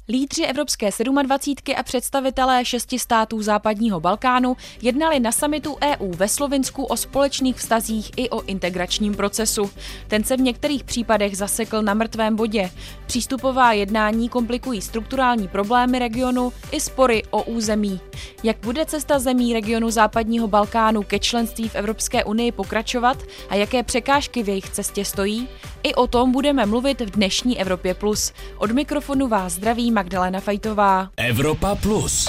Lídři Evropské 27 a představitelé 6 států západního Balkánu jednali na summitu EU ve Slovinsku o společných vztazích i o integračním procesu. Ten se v některých případech zasekl na mrtvém bodě. Přístupová jednání komplikují strukturální problémy regionu i spory o území. Jak bude cesta zemí regionu západního Balkánu ke členství v Evropské unii pokračovat a jaké překážky v jejich cestě stojí? I o tom budeme mluvit v dnešní Evropě Plus. Od mikrofonu vás zdraví Magdalena Fajtová. Evropa Plus.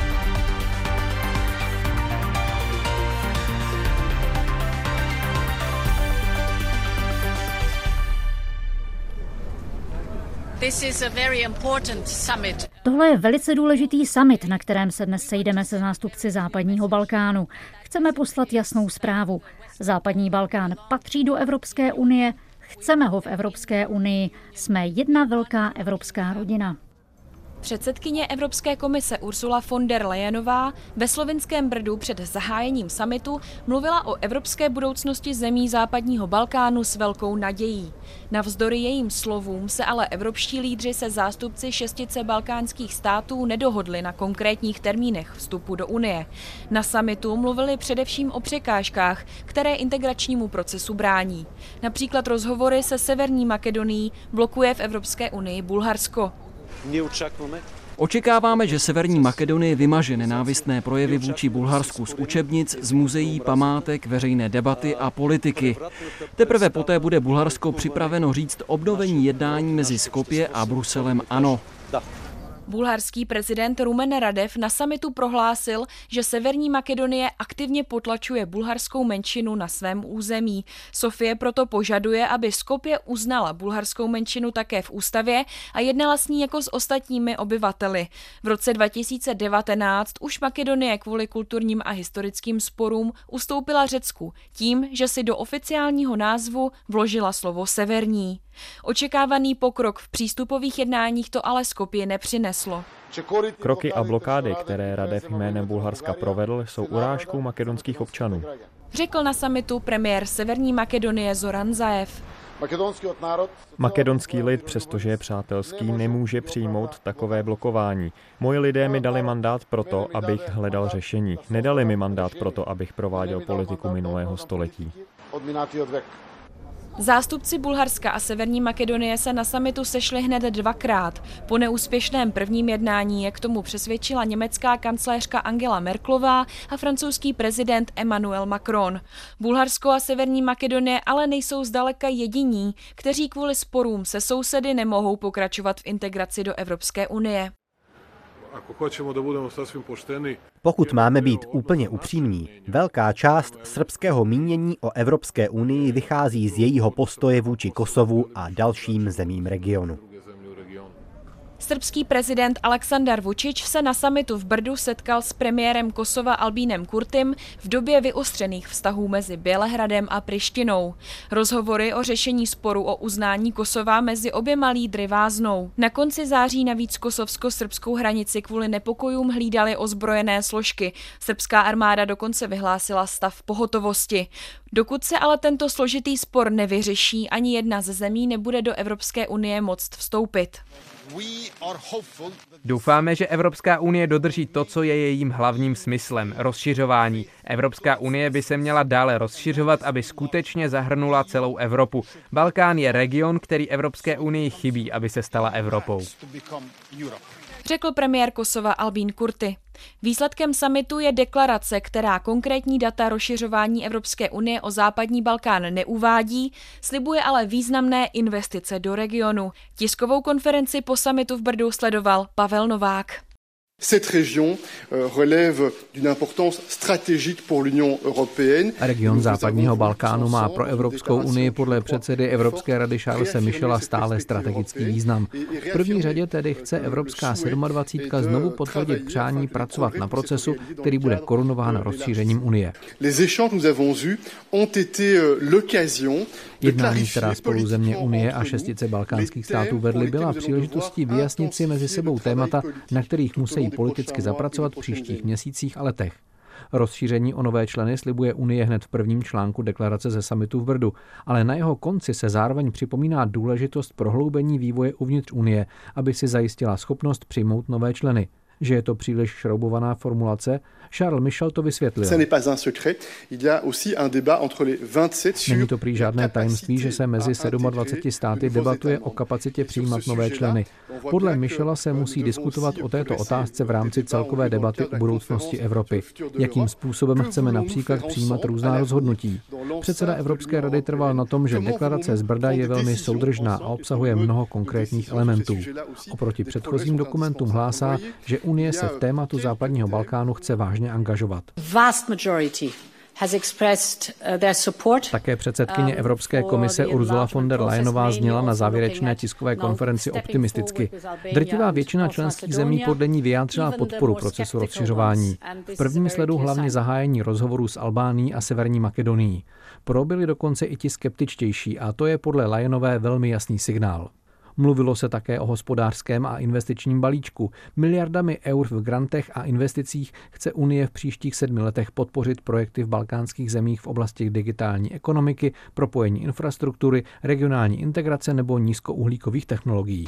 Tohle je velice důležitý summit, na kterém se dnes sejdeme se zástupci západního Balkánu. Chceme poslat jasnou zprávu. Západní Balkán patří do Evropské unie, chceme ho v Evropské unii, jsme jedna velká evropská rodina. Předsedkyně Evropské komise Ursula von der Leyenová ve slovinském Brdu před zahájením summitu mluvila o evropské budoucnosti zemí západního Balkánu s velkou nadějí. Navzdory jejím slovům se ale evropští lídři se zástupci 6 balkánských států nedohodli na konkrétních termínech vstupu do Unie. Na summitu mluvili především o překážkách, které integračnímu procesu brání. Například rozhovory se Severní Makedonií blokuje v Evropské unii Bulharsko. Očekáváme, že Severní Makedonie vymaže nenávistné projevy vůči Bulharsku z učebnic, z muzeí, památek, veřejné debaty a politiky. Teprve poté bude Bulharsko připraveno říct obnovení jednání mezi Skopje a Bruselem ano. Bulharský prezident Rumen Radev na summitu prohlásil, že Severní Makedonie aktivně potlačuje bulharskou menšinu na svém území. Sofie proto požaduje, aby Skopje uznala bulharskou menšinu také v ústavě a jednala s ní jako s ostatními obyvateli. V roce 2019 už Makedonie kvůli kulturním a historickým sporům ustoupila Řecku tím, že si do oficiálního názvu vložila slovo severní. Očekávaný pokrok v přístupových jednáních to ale Skopje nepřineslo. Kroky a blokády, které Radev jménem Bulharska provedl, jsou urážkou makedonských občanů, řekl na summitu premiér Severní Makedonie Zoran Zaev. Makedonský lid, přestože je přátelský, nemůže přijmout takové blokování. Moji lidé mi dali mandát proto, abych hledal řešení. Nedali mi mandát proto, abych prováděl politiku minulého století. Zástupci Bulharska a Severní Makedonie se na summitu sešli hned 2krát. Po neúspěšném prvním jednání je k tomu přesvědčila německá kancléřka Angela Merkelová a francouzský prezident Emmanuel Macron. Bulharsko a Severní Makedonie ale nejsou zdaleka jediní, kteří kvůli sporům se sousedy nemohou pokračovat v integraci do Evropské unie. Pokud máme být úplně upřímní, velká část srbského mínění o Evropské unii vychází z jejího postoje vůči Kosovu a dalším zemím regionu. Srbský prezident Aleksandar Vučić se na summitu v Brdu setkal s premiérem Kosova Albínem Kurtim v době vyostřených vztahů mezi Bělehradem a Prištinou. Rozhovory o řešení sporu o uznání Kosova mezi oběma lídry váznou. Na konci září navíc kosovsko-srbskou hranici kvůli nepokojům hlídaly ozbrojené složky. Srbská armáda dokonce vyhlásila stav pohotovosti. Dokud se ale tento složitý spor nevyřeší, ani jedna ze zemí nebude do Evropské unie moct vstoupit. Doufáme, že Evropská unie dodrží to, co je jejím hlavním smyslem – rozšiřování. Evropská unie by se měla dále rozšiřovat, aby skutečně zahrnula celou Evropu. Balkán je region, který Evropské unii chybí, aby se stala Evropou. Řekl premiér Kosova Albín Kurti. Výsledkem summitu je deklarace, která konkrétní data rozšiřování Evropské unie o západní Balkán neuvádí, slibuje ale významné investice do regionu. Tiskovou konferenci po summitu v Brdu sledoval Pavel Novák. Cette région relève d'une importance stratégique pour l'Union européenne. Region západního Balkánu má pro Evropskou unii podle předsedy Evropské rady Charlese Michela stále strategický význam. V první řadě tedy chce Evropská 27 znovu potvrdit přání pracovat na procesu, který bude korunován rozšířením Unie. Jednání, která spolu země Unie a 6 balkánských států vedly, byla příležitostí vyjasnit si mezi sebou témata, na kterých musí politicky zapracovat v příštích měsících a letech. Rozšíření o nové členy slibuje Unie hned v prvním článku deklarace ze summitu v Brdu, ale na jeho konci se zároveň připomíná důležitost prohloubení vývoje uvnitř Unie, aby si zajistila schopnost přijmout nové členy. Že je to příliš šroubovaná formulace, Charles Michel to vysvětlil. Není to prý žádné tajemství, že se mezi 27 státy debatuje o kapacitě přijímat nové členy. Podle Michela se musí diskutovat o této otázce v rámci celkové debaty o budoucnosti Evropy. Jakým způsobem chceme například přijímat různá rozhodnutí. Předseda Evropské rady trval na tom, že deklarace z Brda je velmi soudržná a obsahuje mnoho konkrétních elementů. Oproti předchozím dokumentům hlásá, že Unie se v tématu západního Balkánu chce vážně angažovat. Také předsedkyně Evropské komise Ursula von der Leyenová zněla na závěrečné tiskové konferenci optimisticky. Drtivá většina členských zemí podle ní vyjádřila podporu procesu rozšiřování. V prvním sledu hlavně zahájení rozhovorů s Albánií a Severní Makedonií. Pro byli dokonce i ti skeptičtější a to je podle Leyenové velmi jasný signál. Mluvilo se také o hospodářském a investičním balíčku. Miliardami eur v grantech a investicích chce Unie v příštích 7 letech podpořit projekty v balkánských zemích v oblasti digitální ekonomiky, propojení infrastruktury, regionální integrace nebo nízkouhlíkových technologií.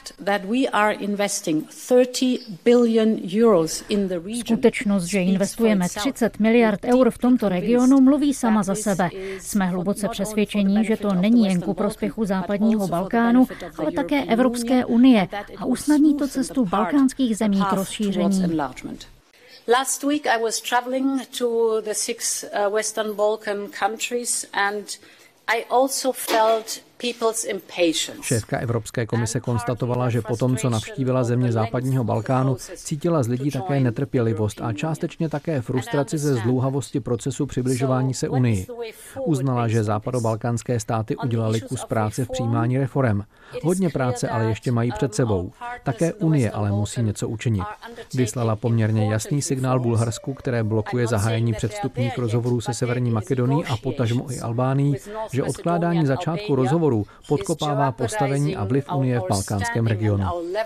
Skutečnost, že investujeme 30 miliard eur v tomto regionu, mluví sama za sebe. Jsme hluboce přesvědčení, že to není jen ku prospěchu západního Balkánu, ale také Evropské unie a usnadní to cestu balkánských zemí k rozšíření. Last week I was traveling to the 6 Western Balkan countries and I also felt people's impatience. Šéfka Evropské komise konstatovala, že potom, co navštívila země západního Balkánu, cítila z lidí také netrpělivost a částečně také frustraci ze zdlouhavosti procesu přibližování se Unii. Uznala, že západobalkánské státy udělaly kus práce v přijímání reforem. Hodně práce ale ještě mají před sebou. Také Unie ale musí něco učinit. Vyslala poměrně jasný signál Bulharsku, které blokuje zahájení předvstupních rozhovorů se Severní Makedonií a potažmo i Albánií, že odkládání začátku rozhovorů podkopává postavení a vliv Unie v balkánském regionu.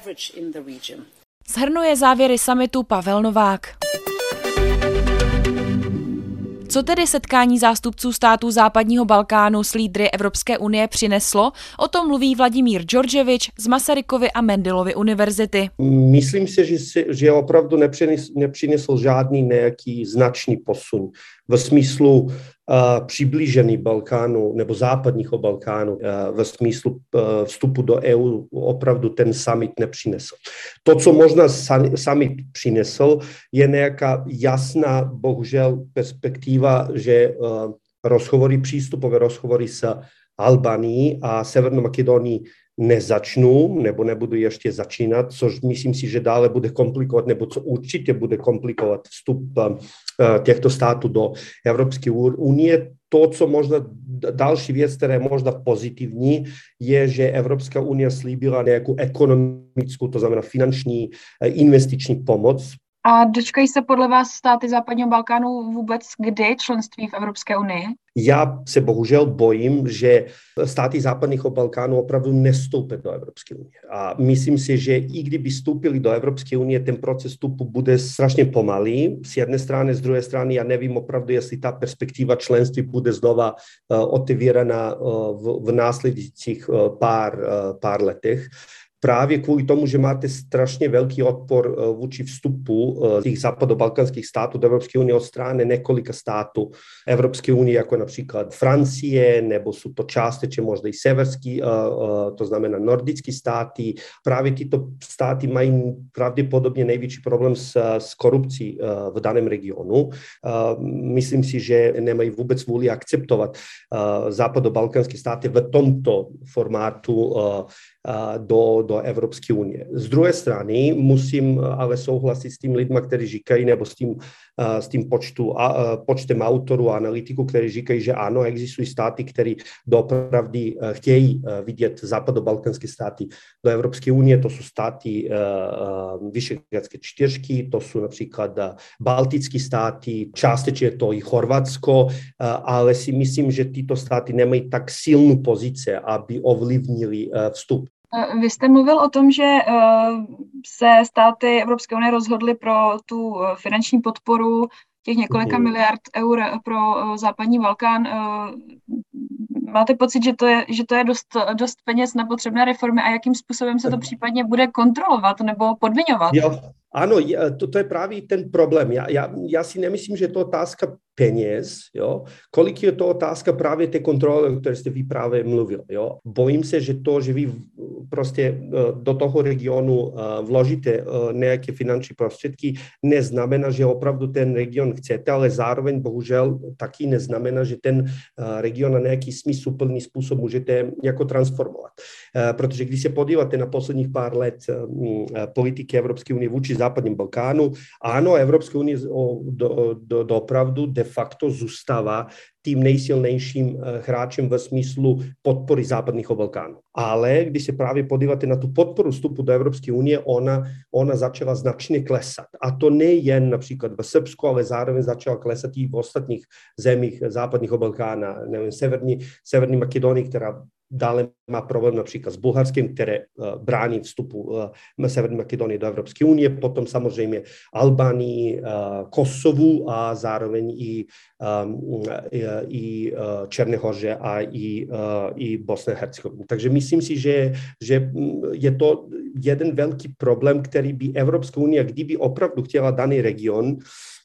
Shrnuje závěry summitu Pavel Novák. Co tedy setkání zástupců států západního Balkánu s lídry Evropské unie přineslo? O tom mluví Vladimír Džordževič z Masarykovy a Mendelovy univerzity. Myslím si, že opravdu nepřinesl žádný nějaký značný posun ve smyslu přiblížení Balkánu nebo západního Balkánu ve smyslu vstupu do EU opravdu ten summit nepřinesl. To, co možná summit přinesl, je nějaká jasná, bohužel, perspektiva, že přístupové rozhovory s Albánií a Severnou Makedonií nezačnou nebo nebudu ještě začínat, což myslím si, že dále bude komplikovat, nebo co určitě bude komplikovat vstup těchto států do Evropské unie. To, co možná další věc, která je možná pozitivní, je, že Evropská unie slíbila nějakou ekonomickou, to znamená finanční, investiční pomoc. A dočkají se podle vás státy západního Balkánu vůbec kdy členství v Evropské unii? Já se bohužel bojím, že státy západního Balkánu opravdu nestoupí do Evropské unie. A myslím si, že i kdyby vstoupili do Evropské unie, ten proces vstupu bude strašně pomalý. Z jedné strany, z druhé strany, já nevím opravdu, jestli ta perspektiva členství bude znova otevírána v následujících pár letech. Právě kvůli tomu, že máte strašně velký odpor vůči vstupu těch západobalkánských států do Evropské unie od strany několika států Evropské unie, jako například Francie, nebo jsou to částečně možná i severský, to znamená nordické státy. Právě tyto státy mají pravděpodobně největší problém s korupcí v daném regionu. Myslím si, že nemají vůbec vůli akceptovat západobalkánské státy v tomto formátu do Evropské unie. Z druhé strany musím ale souhlasit s tím lidma, kteří říkají, nebo s tím počtem autorů a analytiků, kteří říkají, že ano, existují státy, které doopravdy chtějí vidět západobalkánské státy do Evropské unie. To jsou státy Vyšehradské čtyřky, to jsou například baltické státy, částečně to i Chorvatsko, ale si myslím, že tyto státy nemají tak silnou pozici, aby ovlivnili vstup. Vy jste mluvil o tom, že se státy Evropské unie rozhodly pro tu finanční podporu těch několika miliard eur pro západní Balkán. Máte pocit, že to je dost peněz na potřebné reformy a jakým způsobem se to případně bude kontrolovat nebo podmiňovat? Jo. Áno, to je právě ten problém. Já si nemyslím, že je to otázka peněz, jo. Kolik je to otázka právě té kontroly, o které jste vy právě mluvil, jo. Bojím se, že to, že vy prostě do toho regionu vložíte nějaké finanční prostředky, neznamená, že opravdu ten region chcete, ale zároveň bohužel taky neznamená, že ten region na nějaký smysluplný způsob můžete jako transformovat. Protože když se podíváte na posledních pár let politiky Evropské unie vůči západním Balkánu, áno, Evropská unie opravdu de facto zůstává tým nejsilnějším hráčem ve smyslu podpory západního Balkánu. Ale když se právě podíváte na tu podporu vstupu do Evropské unie, ona začala značně klesat. A to nejen například v Srbsku, ale zároveň začala klesat i v ostatních zemích západního Balkána, nevím, Severní Makedonii, která dále má problém například s Bulharskem, které brání vstupu Severní Makedonie do Evropské unie, potom samozřejmě Albánii, Kosovu a zároveň i Černé Hoře a i Bosna a Hercegovina. Takže myslím si, že je to jeden velký problém, který by Evropská unie, kdyby opravdu chtěla daný region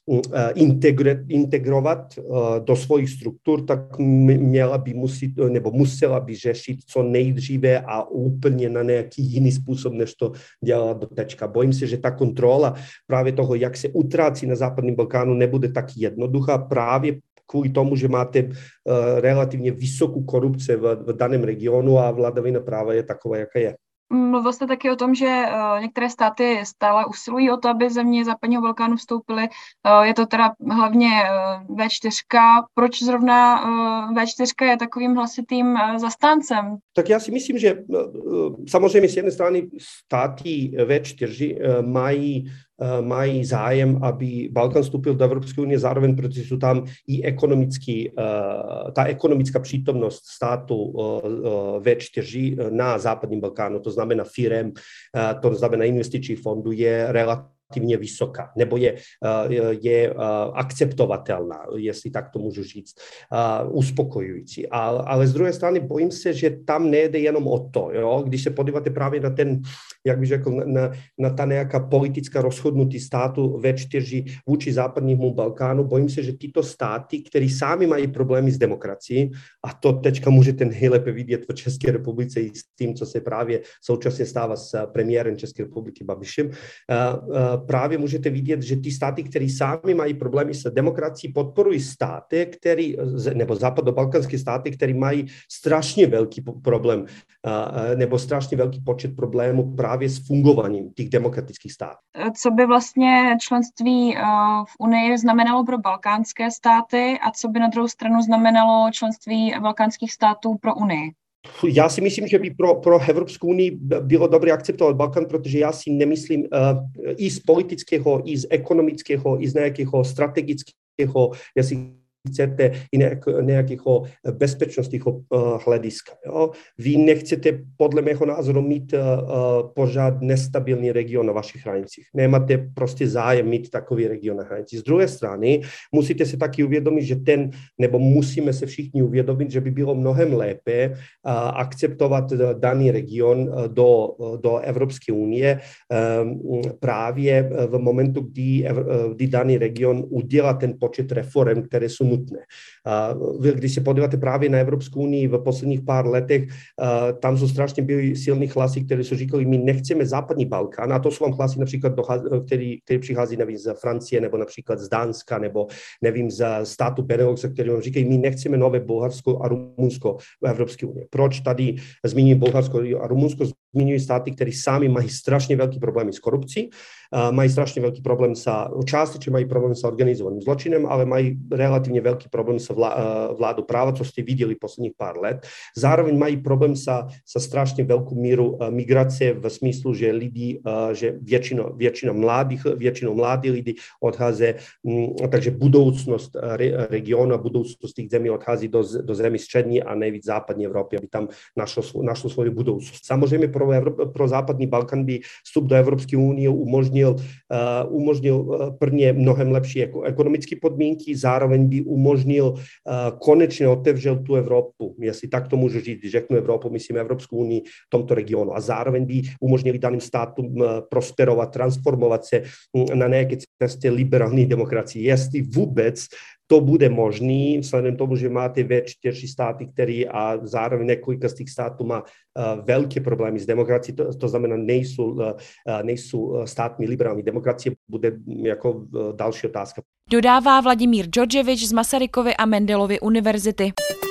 integrovat do svojich struktur, tak musela by řešit co nejdříve a úplně na nějaký jiný způsob, než to dělala do tečka. Bojím se, že ta kontrola právě toho, jak se utrácí na západním Balkánu, nebude tak jednoduchá právě kvůli tomu, že máte relativně vysokou korupci v daném regionu a vladavina práva je taková, jaká je. Mluvil jste taky o tom, že některé státy stále usilují o to, aby země západního Balkánu vstoupily. Je to teda hlavně V4. Proč zrovna V4 je takovým hlasitým zastáncem? Tak já si myslím, že samozřejmě z jedné strany státy V4 mají zájem, aby Balkán vstoupil do Evropské unie, zároveň, protože jsou tam i ta ekonomická přítomnost státu V4 na západním Balkánu, to znamená firem, to znamená investičních fondů, je relativně vysoká, nebo je akceptovatelná, jestli tak to můžu říct, uspokojující. Ale z druhé strany bojím se, že tam nejde jenom o to. Jo? Když se podíváte právě na ten, jak bych řekl, na ta nějaká politická rozhodnutí státu V4 vůči západnímu Balkánu, bojím se, že tyto státy, které sami mají problémy s demokracií, a to teďka můžete nejlépe vidět v České republice i s tím, co se právě současně stává s premiérem České republiky Babišem, právě můžete vidět, že ty státy, které sami mají problémy s demokracií, podporují státy, nebo západobalkánské státy, které mají strašně velký problém, nebo strašně velký počet problémů právě s fungováním těch demokratických států. Co by vlastně členství v Unii znamenalo pro balkánské státy a co by na druhou stranu znamenalo členství balkánských států pro Unii? Já si myslím, že by pro Evropskou unii bylo dobré akceptovat Balkán, protože já si nemyslím i z politického, i z ekonomického, i z nějakého strategického, jestli chcete, i nějakého bezpečnostního hlediska. Jo? Vy nechcete, podle mého názoru, mít pořád nestabilní region na vašich hranicích. Nemáte prostě zájem mít takový region na hranicích. Z druhé strany musíte se taky uvědomit, že nebo musíme se všichni uvědomit, že by bylo mnohem lépe akceptovat daný region do Evropské unie právě v momentu, kdy daný region udělá ten počet reform, které jsou nutné. Když se podíváte právě na Evropskou unii v posledních pár letech, tam jsou strašně byly silný hlasy, které jsou říkali, my nechceme západní Balkán, a to jsou vám hlasy například, který přichází, nevím, z Francie, nebo například z Dánska, nebo nevím, z státu Beneluxa, který vám říkají, my nechceme nové Bulharsko a Rumunsko v Evropské unii. Proč tady zmiňují Bulharsko a Rumunsko? Zmiňují státy, které sami mají strašně velký problémy s korupcí, mají strašně velký problém částečně mají problém s organizovaným zločinem, ale mají relativně pomerne veľký problém sa vládou práva, čo ste videli posledných pár let. Zároveň mají problém sa strašne veľkú míru migrácie v smyslu, že ľudí, že väčšinou mladí ľudí odchádza, takže budoucnost regionu a budoucnost těch zemí odchází do zemí střední a nejvíc západní Evropy, aby tam našlo svoji budoucnost. Samozřejmě pro západní Balkán by vstup do Evropské unie umožnil prvně mnohem lepší ekonomické podmínky, zároveň by umožnil konečně otevřel tu Evropu. Jestli tak to můžu říct, když řeknu Evropu, myslím Evropskou unii v tomto regionu. A zároveň by umožnili daným státům prosperovat, transformovat se na nějaké cestě liberální demokracie. Jestli vůbec to bude možný, vzhledem tomu, že máte čtyři státy, které a zároveň několika z těch států má velké problémy s demokracií, to znamená, nejsou státmi liberální demokracie, bude jako další otázka. Dodává Vladimír Džordževič z Masarykovy a Mendelovy univerzity.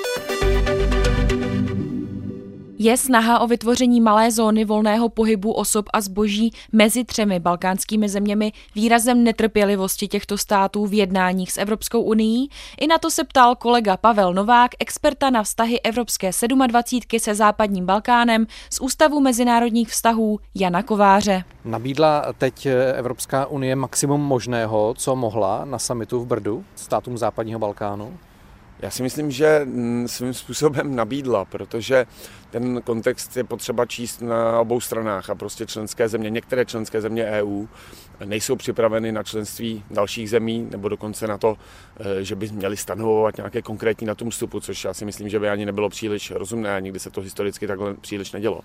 Je snaha o vytvoření malé zóny volného pohybu osob a zboží mezi 3 balkánskými zeměmi výrazem netrpělivosti těchto států v jednáních s Evropskou unií? I na to se ptal kolega Pavel Novák, experta na vztahy Evropské 27 se západním Balkánem z Ústavu mezinárodních vztahů Jana Kováře. Nabídla teď Evropská unie maximum možného, co mohla na summitu v Brdu státům západního Balkánu? Já si myslím, že svým způsobem nabídla, protože ten kontext je potřeba číst na obou stranách a prostě členské země, některé členské země EU nejsou připraveny na členství dalších zemí nebo dokonce na to, že by měly stanovovat nějaké konkrétní datum vstupu, což já si myslím, že by ani nebylo příliš rozumné a nikdy se to historicky takhle příliš nedělo.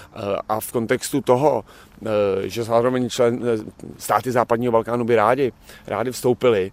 A v kontextu toho, že zároveň státy západního Balkánu by rádi vstoupily,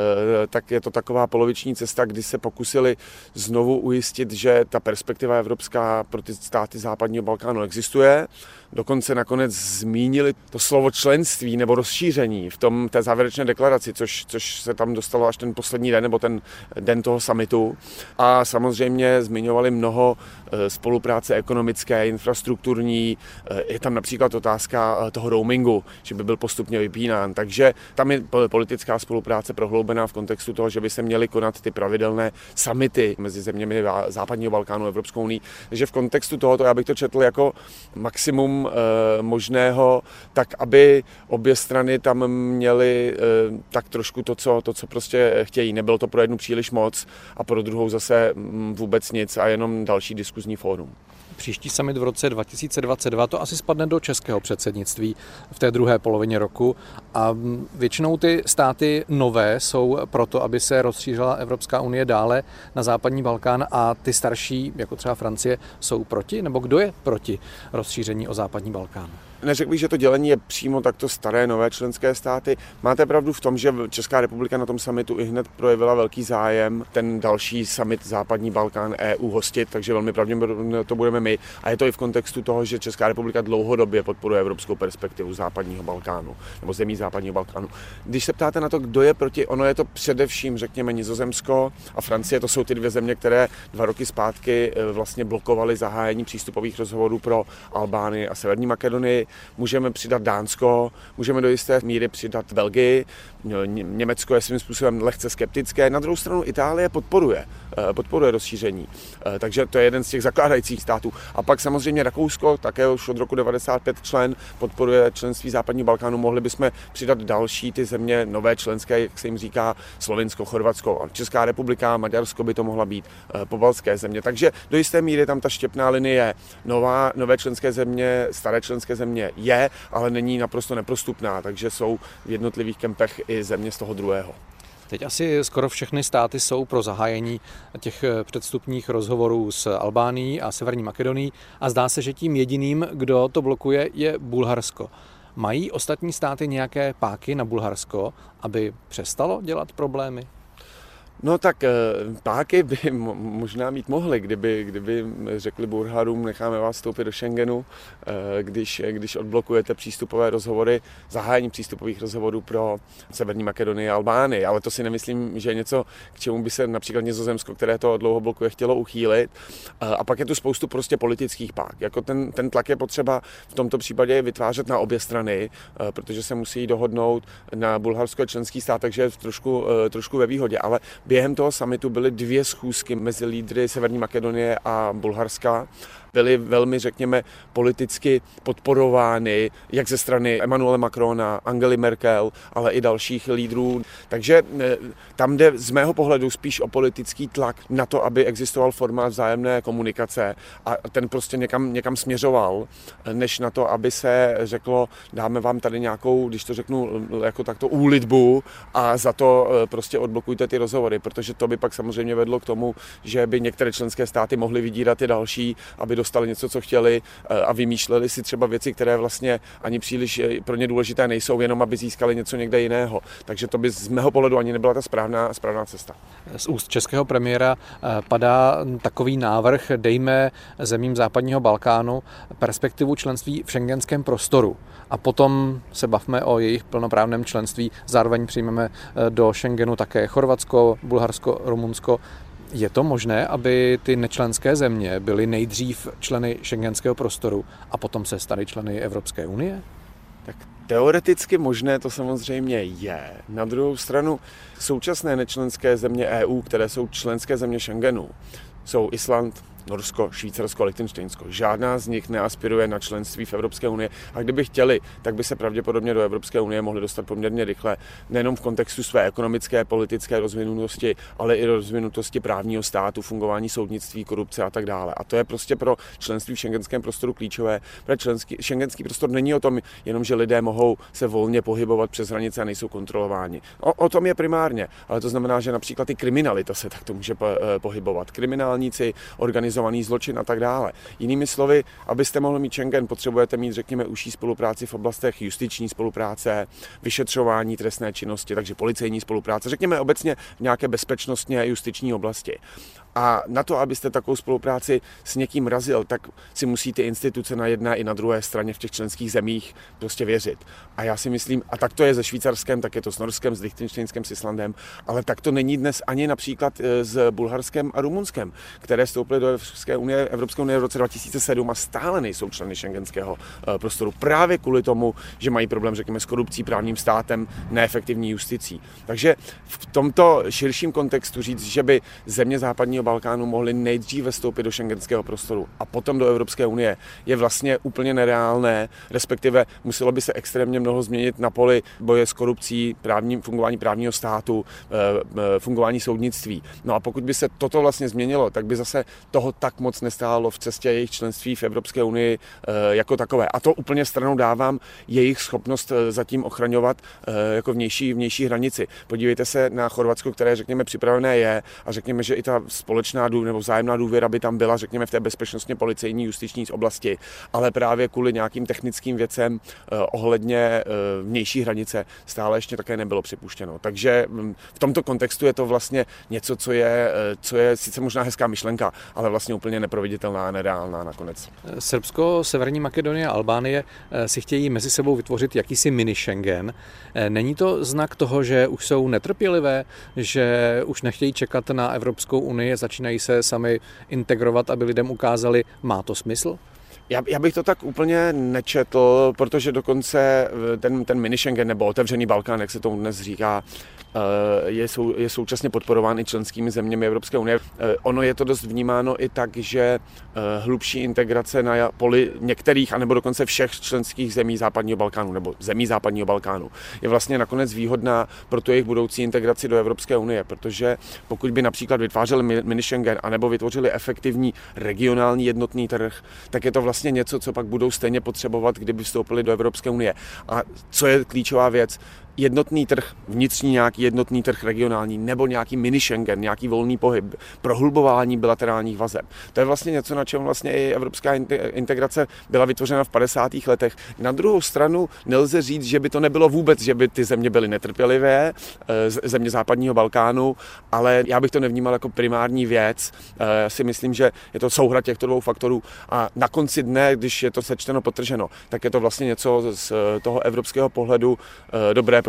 tak je to taková poloviční cesta, kdy se pokusili znovu ujistit, že ta perspektiva evropská pro ty státy západního Balkánu existuje. Dokonce nakonec zmínili to slovo členství nebo rozšíření v té závěrečné deklaraci, což se tam dostalo až ten poslední den nebo ten den toho summitu. A samozřejmě zmiňovali mnoho spolupráce ekonomické, infrastrukturní. Je tam například otázka toho roamingu, že by byl postupně vypínán. Takže tam je politická spolupráce prohloubená v kontextu toho, že by se měly konat ty pravidelné summity mezi zeměmi západního Balkánu a Evropskou unii. Takže v kontextu tohoto já bych to četl jako maximum možného, tak aby obě strany tam měly tak trošku to, co prostě chtějí. Nebylo to pro jednu příliš moc a pro druhou zase vůbec nic a jenom další diskuzní fórum. Příští summit v roce 2022 to asi spadne do českého předsednictví v té druhé polovině roku a většinou ty státy nové jsou proto, aby se rozšířila Evropská unie dále na západní Balkán a ty starší, jako třeba Francie, jsou proti? Nebo kdo je proti rozšíření o západní Balkán? Neřekl bych, že to dělení je přímo takto staré nové členské státy. Máte pravdu v tom, že Česká republika na tom summitu i hned projevila velký zájem ten další summit Západní Balkán EU hostit, takže velmi pravděpodobně to budeme my. A je to i v kontextu toho, že Česká republika dlouhodobě podporuje evropskou perspektivu Západního Balkánu nebo zemí Západního Balkánu. Když se ptáte na to, kdo je proti, ono je to především, řekněme, Nizozemsko a Francie, to jsou ty dvě země, které 2 roky zpátky vlastně blokovaly zahájení přístupových rozhovorů pro Albánii a Severní Makedonii. Můžeme přidat Dánsko, můžeme do jisté míry přidat Belgii, Německo je svým způsobem lehce skeptické, na druhou stranu Itálie podporuje rozšíření, takže to je jeden z těch zakládajících států. A pak samozřejmě Rakousko, také už od roku 1995 člen, podporuje členství Západního Balkánu, mohli bychom přidat další ty země nové členské, jak se jim říká, Slovinsko, Chorvatsko, Česká republika, Maďarsko by to mohla být, pobaltské země, takže do jisté míry tam ta štěpná linie nové členské země, staré členské země je, ale není naprosto neprostupná, takže jsou v jednotlivých kempech i země z toho druhého. Teď asi skoro všechny státy jsou pro zahájení těch předstupních rozhovorů s Albánií a Severní Makedonií a zdá se, že tím jediným, kdo to blokuje, je Bulharsko. Mají ostatní státy nějaké páky na Bulharsko, aby přestalo dělat problémy? No tak páky by možná mít mohli, kdyby řekli Bulharům, necháme vás vstoupit do Schengenu, když odblokujete přístupové rozhovory, zahájení přístupových rozhovorů pro Severní Makedonii a Albánii, ale to si nemyslím, že je něco, k čemu by se například Nizozemsko, které to dlouho blokuje, chtělo uchýlit. A pak je tu spoustu prostě politických pák. Jako ten tlak je potřeba v tomto případě vytvářet na obě strany, protože se musí dohodnout na Bulharsko členský stát, takže je trošku ve výhodě, ale během toho summitu byly 2 schůzky mezi lídry Severní Makedonie a Bulharska. Byly velmi, řekněme, politicky podporovány jak ze strany Emmanuela Macrona, Angely Merkel, ale i dalších lídrů. Takže tam jde z mého pohledu spíš o politický tlak na to, aby existoval formát vzájemné komunikace a ten prostě někam směřoval, než na to, aby se řeklo, dáme vám tady nějakou, když to řeknu jako takto, úlitbu a za to prostě odblokujte ty rozhovory, protože to by pak samozřejmě vedlo k tomu, že by některé členské státy mohly vydírat ty další, aby dostali něco, co chtěli a vymýšleli si třeba věci, které vlastně ani příliš pro ně důležité nejsou, jenom aby získali něco někde jiného. Takže to by z mého pohledu ani nebyla ta správná cesta. Z úst českého premiéra padá takový návrh, dejme zemím západního Balkánu perspektivu členství v schengenském prostoru a potom se bavme o jejich plnoprávném členství, zároveň přijmeme do Schengenu také Chorvatsko, Bulharsko, Rumunsko. Je to možné, aby ty nečlenské země byly nejdřív členy schengenského prostoru a potom se staly členy Evropské unie? Tak teoreticky možné to samozřejmě je. Na druhou stranu současné nečlenské země EU, které jsou členské země Schengenu, jsou Island, Norsko, Švýcarsko, Lichtenštejnsko. Žádná z nich neaspiruje na členství v Evropské unii a kdyby chtěli, tak by se pravděpodobně do Evropské unie mohli dostat poměrně rychle, nejenom v kontextu své ekonomické, politické rozvinutosti, ale i rozvinutosti právního státu, fungování soudnictví, korupce a tak dále. A to je prostě pro členství v schengenském prostoru klíčové, protože schengenský prostor není o tom jenom, že lidé mohou se volně pohybovat přes hranice a nejsou kontrolováni. O tom je primárně, ale to znamená, že například i kriminalita se takto může pohybovat. Kriminálníci, organizovaný zločin a tak dále. Jinými slovy, abyste mohli mít Schengen, potřebujete mít, řekněme, užší spolupráci v oblastech justiční spolupráce, vyšetřování trestné činnosti, takže policejní spolupráce, řekněme obecně v nějaké bezpečnostně justiční oblasti. A na to, abyste takovou spolupráci s někým razil, tak si musí ty instituce na jedné i na druhé straně v těch členských zemích prostě věřit. A já si myslím, a tak to je se Švýcarskem, tak je to s Norskem, s Lichtenštejnskem, s Islandem, ale tak to není dnes ani například s Bulharskem a Rumunskem, které vstoupily do Evropské unie v roce 2007 a stále nejsou členy schengenského prostoru. Právě kvůli tomu, že mají problém, řekněme, s korupcí, právním státem, neefektivní justicí. Takže v tomto širším kontextu říct, že by země západního Balkánu mohli nejdříve vstoupit do schengenského prostoru a potom do Evropské unie, je vlastně úplně nereálné, respektive muselo by se extrémně mnoho změnit na poli boje s korupcí, fungování právního státu, fungování soudnictví. No a pokud by se toto vlastně změnilo, tak by zase toho tak moc nestálo v cestě jejich členství v Evropské unii jako takové. A to úplně stranou dávám jejich schopnost zatím ochraňovat jako vnější hranici. Podívejte se na Chorvatsko, které, řekněme, připravené je a řekněme, že i ta společná nebo vzájemná důvěra by tam byla, řekněme, v té bezpečnostně policejní justiční oblasti, ale právě kvůli nějakým technickým věcem ohledně vnější hranice stále ještě také nebylo připuštěno. Takže v tomto kontextu je to vlastně něco, co je sice možná hezká myšlenka, ale vlastně úplně neproveditelná a nereálná nakonec. Srbsko, Severní Makedonie a Albánie si chtějí mezi sebou vytvořit jakýsi mini Schengen. Není to znak toho, že už jsou netrpělivé, že už nechtějí čekat na Evropskou unii, začínají se sami integrovat, aby lidem ukázali, má to smysl? Já bych to tak úplně nečetl, protože dokonce ten mini Schengen nebo otevřený Balkán, jak se tomu dnes říká, je současně podporován i členskými zeměmi Evropské unie. Ono je to dost vnímáno i tak, že hlubší integrace na poli některých, anebo dokonce všech členských zemí západního Balkánu, nebo zemí západního Balkánu, je vlastně nakonec výhodná pro tu jejich budoucí integraci do Evropské unie, protože pokud by například vytvářeli mini Schengen, anebo vytvořili efektivní regionální jednotný trh, tak je to vlastně něco, co pak budou stejně potřebovat, kdyby vstoupili do Evropské unie. A co je klíčová věc? Jednotný trh, vnitřní nějaký jednotný trh regionální nebo nějaký mini Schengen, nějaký volný pohyb, prohlubování bilaterálních vazeb. To je vlastně něco, na čem vlastně i evropská integrace byla vytvořena v 50. letech. Na druhou stranu nelze říct, že by to nebylo vůbec, že by ty země byly netrpělivé, země západního Balkánu, ale já bych to nevnímal jako primární věc. Já si myslím, že je to souhra těchto dvou faktorů a na konci dne, když je to sečteno, podtrženo, tak je to vlastně něco z toho evropského pohledu dobré,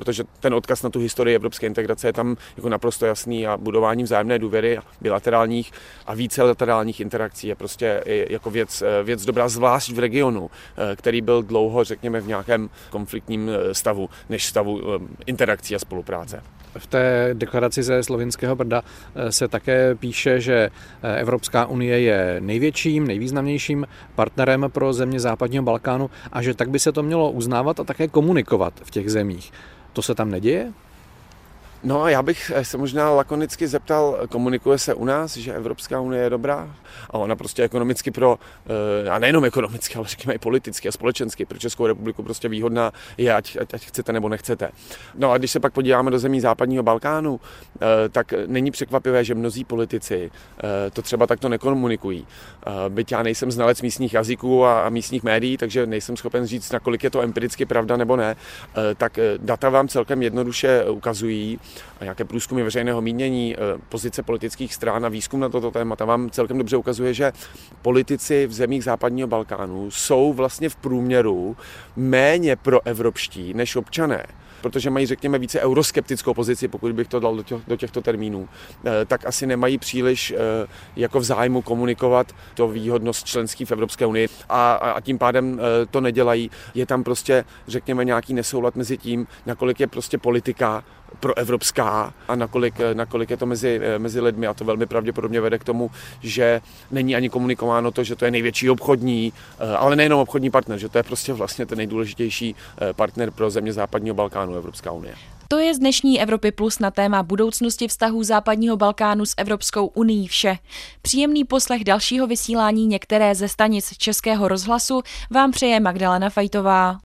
protože ten odkaz na tu historii evropské integrace je tam jako naprosto jasný a budování vzájemné důvěry, bilaterálních a vícelaterálních interakcí je prostě jako věc dobrá, zvlášť v regionu, který byl dlouho, řekněme, v nějakém konfliktním stavu, než stavu interakcí a spolupráce. V té deklaraci ze slovinského Brda se také píše, že Evropská unie je největším, nejvýznamnějším partnerem pro země západního Balkánu a že tak by se to mělo uznávat a také komunikovat v těch zemích. To se tam neděje? No a já bych se možná lakonicky zeptal, komunikuje se u nás, že Evropská unie je dobrá? A ona prostě ekonomicky a nejenom ekonomicky, ale řekněme i politicky a společensky pro Českou republiku prostě výhodná je, ať chcete nebo nechcete. No a když se pak podíváme do zemí západního Balkánu, tak není překvapivé, že mnozí politici to třeba takto nekomunikují. Byť já nejsem znalec místních jazyků a místních médií, takže nejsem schopen říct, nakolik je to empiricky pravda nebo ne, tak data vám celkem jednoduše ukazují, a nějaké průzkumy veřejného mínění, pozice politických stran a výzkum na toto témata vám celkem dobře ukazuje, že politici v zemích západního Balkánu jsou vlastně v průměru méně proevropští než občané, protože mají, řekněme, více euroskeptickou pozici, pokud bych to dal do těchto termínů, tak asi nemají příliš jako v zájmu komunikovat to výhodnost členství v Evropské unii a tím pádem to nedělají. Je tam prostě, řekněme, nějaký nesoulad mezi tím, nakolik je prostě politika proevropská a nakolik je to mezi lidmi, a to velmi pravděpodobně vede k tomu, že není ani komunikováno to, že to je největší obchodní, ale nejenom obchodní partner, že to je prostě vlastně ten nejdůležitější partner pro země západního Balkánu, Evropská unie. To je z dnešní Evropy Plus na téma budoucnosti vztahů západního Balkánu s Evropskou unií vše. Příjemný poslech dalšího vysílání některé ze stanic Českého rozhlasu vám přeje Magdalena Fajtová.